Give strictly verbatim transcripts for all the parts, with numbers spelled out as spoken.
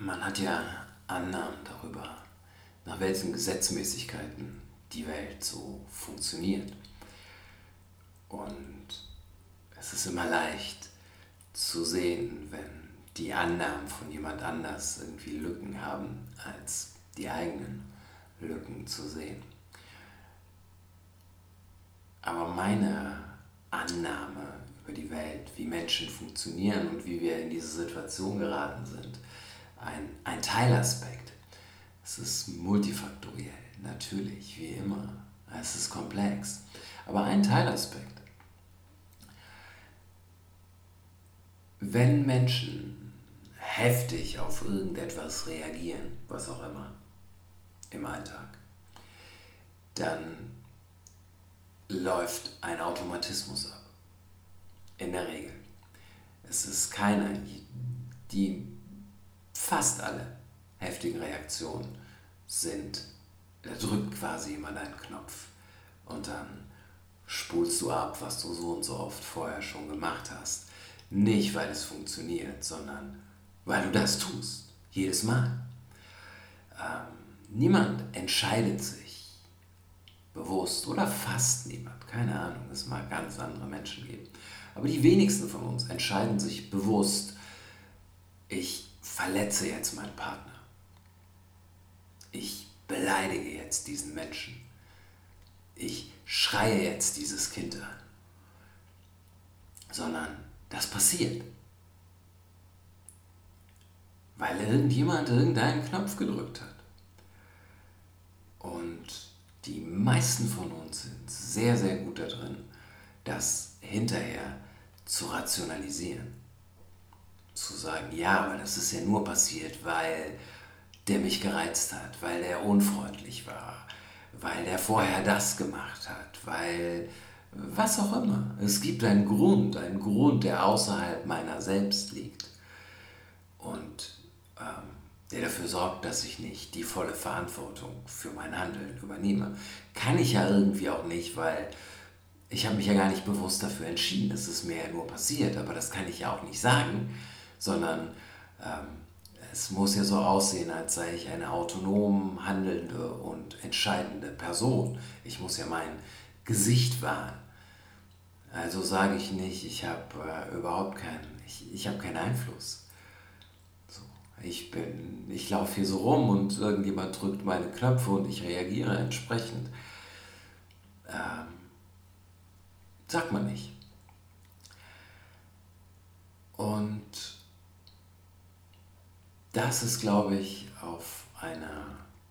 Man hat ja Annahmen darüber, nach welchen Gesetzmäßigkeiten die Welt so funktioniert. Und es ist immer leicht zu sehen, wenn die Annahmen von jemand anders irgendwie Lücken haben, als die eigenen Lücken zu sehen. Aber meine Annahme über die Welt, wie Menschen funktionieren und wie wir in diese Situation geraten sind, ein, ein Teilaspekt. Es ist multifaktoriell, natürlich, wie immer. Es ist komplex. Aber ein Teilaspekt. Wenn Menschen heftig auf irgendetwas reagieren, was auch immer, im Alltag, dann läuft ein Automatismus ab. In der Regel. Es ist keine, die fast alle heftigen Reaktionen sind, da drückt quasi jemand einen Knopf und dann spulst du ab, was du so und so oft vorher schon gemacht hast. Nicht, weil es funktioniert, sondern weil du das tust. Jedes Mal. Ähm, niemand entscheidet sich bewusst oder fast niemand. Keine Ahnung, es mag ganz andere Menschen geben. Aber die wenigsten von uns entscheiden sich bewusst, ich verletze jetzt meinen Partner. Ich beleidige jetzt diesen Menschen. Ich schreie jetzt dieses Kind an. Sondern das passiert. Weil irgendjemand irgendeinen Knopf gedrückt hat. Und die meisten von uns sind sehr, sehr gut darin, das hinterher zu rationalisieren. Zu sagen, ja, aber das ist ja nur passiert, weil der mich gereizt hat, weil der unfreundlich war, weil der vorher das gemacht hat, weil was auch immer. Es gibt einen Grund, einen Grund, der außerhalb meiner selbst liegt und ähm, der dafür sorgt, dass ich nicht die volle Verantwortung für mein Handeln übernehme. Kann ich ja irgendwie auch nicht, weil ich habe mich ja gar nicht bewusst dafür entschieden, es ist mir ja nur passiert, aber das kann ich ja auch nicht sagen, sondern ähm, es muss ja so aussehen, als sei ich eine autonom handelnde und entscheidende Person. Ich muss ja mein Gesicht wahren. Also sage ich nicht, ich habe äh, überhaupt keinen, ich, ich habe keinen Einfluss. So, ich bin, ich laufe hier so rum und irgendjemand drückt meine Knöpfe und ich reagiere entsprechend. Ähm, sagt man nicht. Und das ist, glaube ich, auf einer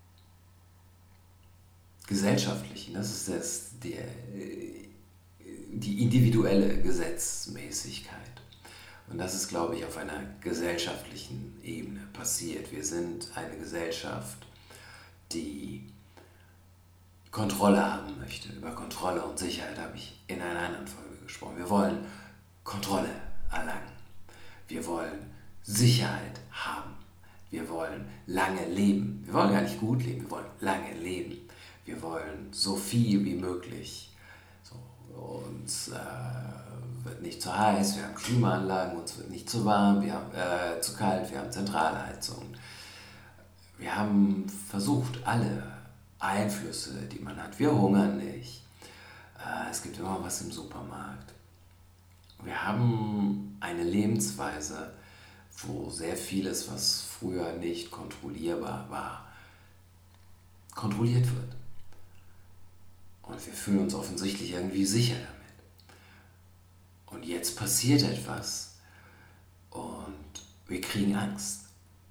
gesellschaftlichen, das ist das, der, die individuelle Gesetzmäßigkeit. Und das ist, glaube ich, auf einer gesellschaftlichen Ebene passiert. Wir sind eine Gesellschaft, die Kontrolle haben möchte. Über Kontrolle und Sicherheit habe ich in einer anderen Folge gesprochen. Wir wollen Kontrolle erlangen. Wir wollen Sicherheit haben. Wir wollen lange leben. Wir wollen gar nicht gut leben, wir wollen lange leben. Wir wollen so viel wie möglich. So, uns äh, wird nicht zu heiß, wir haben Klimaanlagen, uns wird nicht zu warm, wir haben äh, zu kalt, wir haben Zentralheizung. Wir haben versucht, alle Einflüsse, die man hat. Wir hungern nicht. Äh, es gibt immer was im Supermarkt. Wir haben eine Lebensweise, wo sehr vieles, was früher nicht kontrollierbar war, kontrolliert wird. Und wir fühlen uns offensichtlich irgendwie sicher damit. Und jetzt passiert etwas und wir kriegen Angst,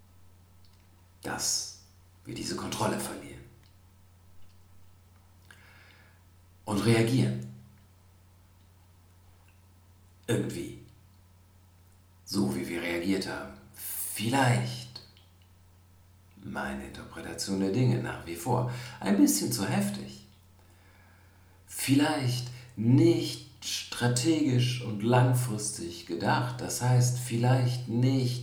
dass wir diese Kontrolle verlieren. Und reagieren. Irgendwie. So wie wir reagiert haben. Vielleicht, meine Interpretation der Dinge nach wie vor, ein bisschen zu heftig. Vielleicht nicht strategisch und langfristig gedacht. Das heißt, vielleicht nicht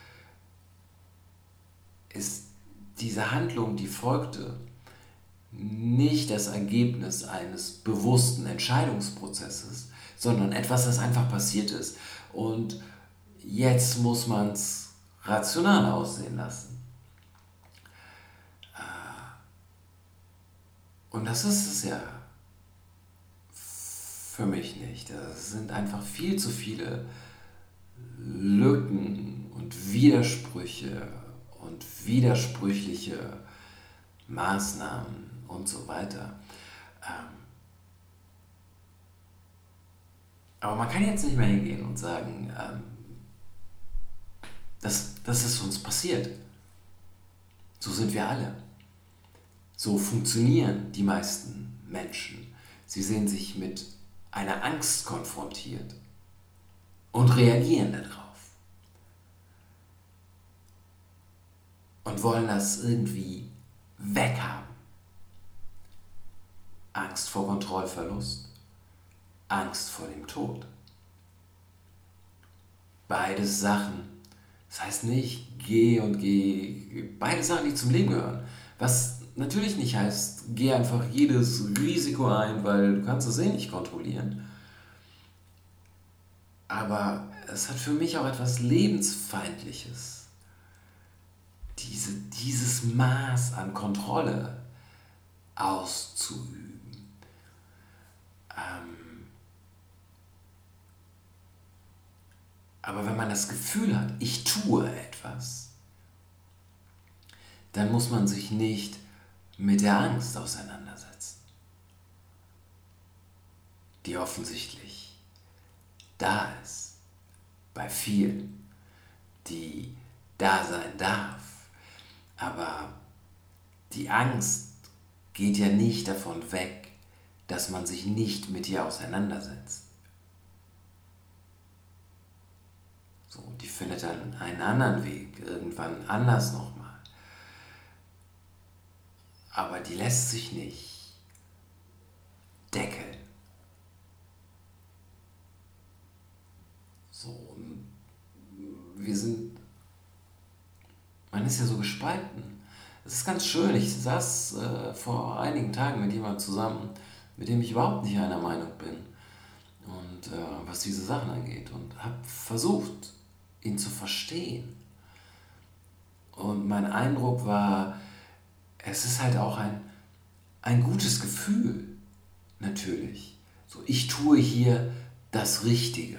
ist diese Handlung, die folgte, nicht das Ergebnis eines bewussten Entscheidungsprozesses, sondern etwas, das einfach passiert ist. Und jetzt muss man es rational aussehen lassen. Und das ist es ja für mich nicht. Es sind einfach viel zu viele Lücken und Widersprüche und widersprüchliche Maßnahmen und so weiter. Aber man kann jetzt nicht mehr hingehen und sagen, das, das ist uns passiert. So sind wir alle. So funktionieren die meisten Menschen. Sie sehen sich mit einer Angst konfrontiert und reagieren darauf. Und wollen das irgendwie weghaben. Angst vor Kontrollverlust, Angst vor dem Tod. Beides Sachen, das heißt nicht geh und geh, beide Sachen, die zum Leben gehören. Was natürlich nicht heißt, geh einfach jedes Risiko ein, weil du kannst es eh nicht kontrollieren. Aber es hat für mich auch etwas Lebensfeindliches. Diese, dieses Maß an Kontrolle auszuüben. Ähm, aber wenn man das Gefühl hat, ich tue etwas, dann muss man sich nicht mit der Angst auseinandersetzen, die offensichtlich da ist, bei vielen, die da sein darf. Aber die Angst geht ja nicht davon weg, dass man sich nicht mit ihr auseinandersetzt. So, die findet dann einen anderen Weg, irgendwann anders nochmal. Aber die lässt sich nicht deckeln. So, wir sind, man ist ja so gespalten. Es ist ganz schön, ich saß äh, vor einigen Tagen mit jemandem zusammen, mit dem ich überhaupt nicht einer Meinung bin, und äh, was diese Sachen angeht, und habe versucht, ihn zu verstehen. Und mein Eindruck war, es ist halt auch ein, ein gutes Gefühl, natürlich. So, ich tue hier das Richtige.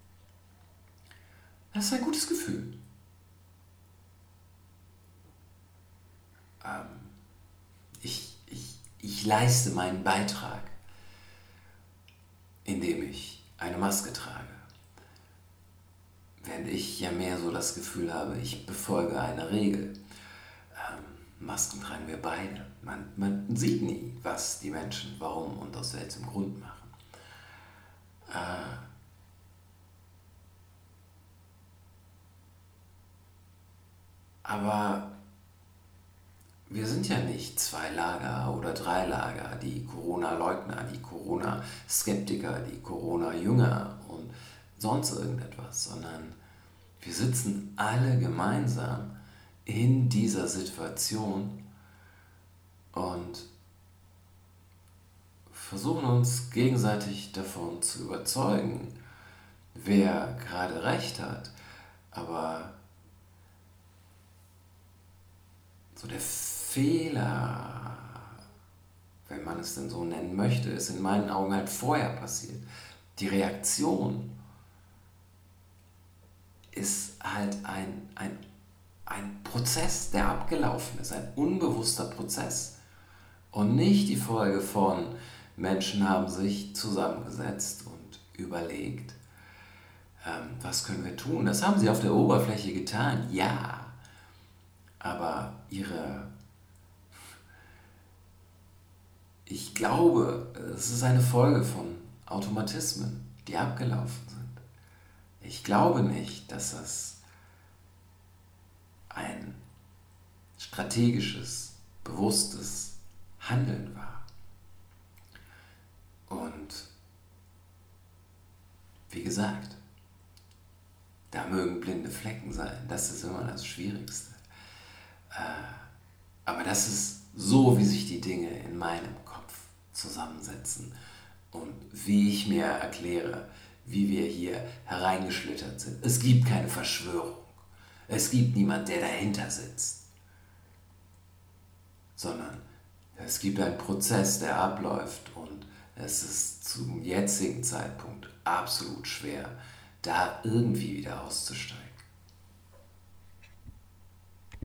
Das ist ein gutes Gefühl. Ähm, ich, ich, ich leiste meinen Beitrag, indem ich eine Maske trage. Während ich ja mehr so das Gefühl habe, ich befolge eine Regel. Ähm, Masken tragen wir beide. Man, man sieht nie, was die Menschen, warum und aus welchem Grund machen. Äh, aber wir sind ja nicht zwei Lager oder drei Lager, die Corona-Leugner, die Corona-Skeptiker, die Corona-Jünger und sonst irgendetwas, sondern wir sitzen alle gemeinsam in dieser Situation und versuchen uns gegenseitig davon zu überzeugen, wer gerade recht hat. Aber so der Fehler, wenn man es denn so nennen möchte, ist in meinen Augen halt vorher passiert. Die Reaktion ist halt ein, ein, ein Prozess, der abgelaufen ist, ein unbewusster Prozess und nicht die Folge von Menschen haben sich zusammengesetzt und überlegt, ähm, was können wir tun. Das haben sie auf der Oberfläche getan, ja, aber ihre, ich glaube, es ist eine Folge von Automatismen, die abgelaufen sind. Ich glaube nicht, dass das ein strategisches, bewusstes Handeln war. Und wie gesagt, da mögen blinde Flecken sein, das ist immer das Schwierigste. Aber das ist so, wie sich die Dinge in meinem Kopf zusammensetzen und wie ich mir erkläre, wie wir hier hereingeschlittert sind. Es gibt keine Verschwörung. Es gibt niemand, der dahinter sitzt, sondern es gibt einen Prozess, der abläuft und es ist zum jetzigen Zeitpunkt absolut schwer, da irgendwie wieder auszusteigen.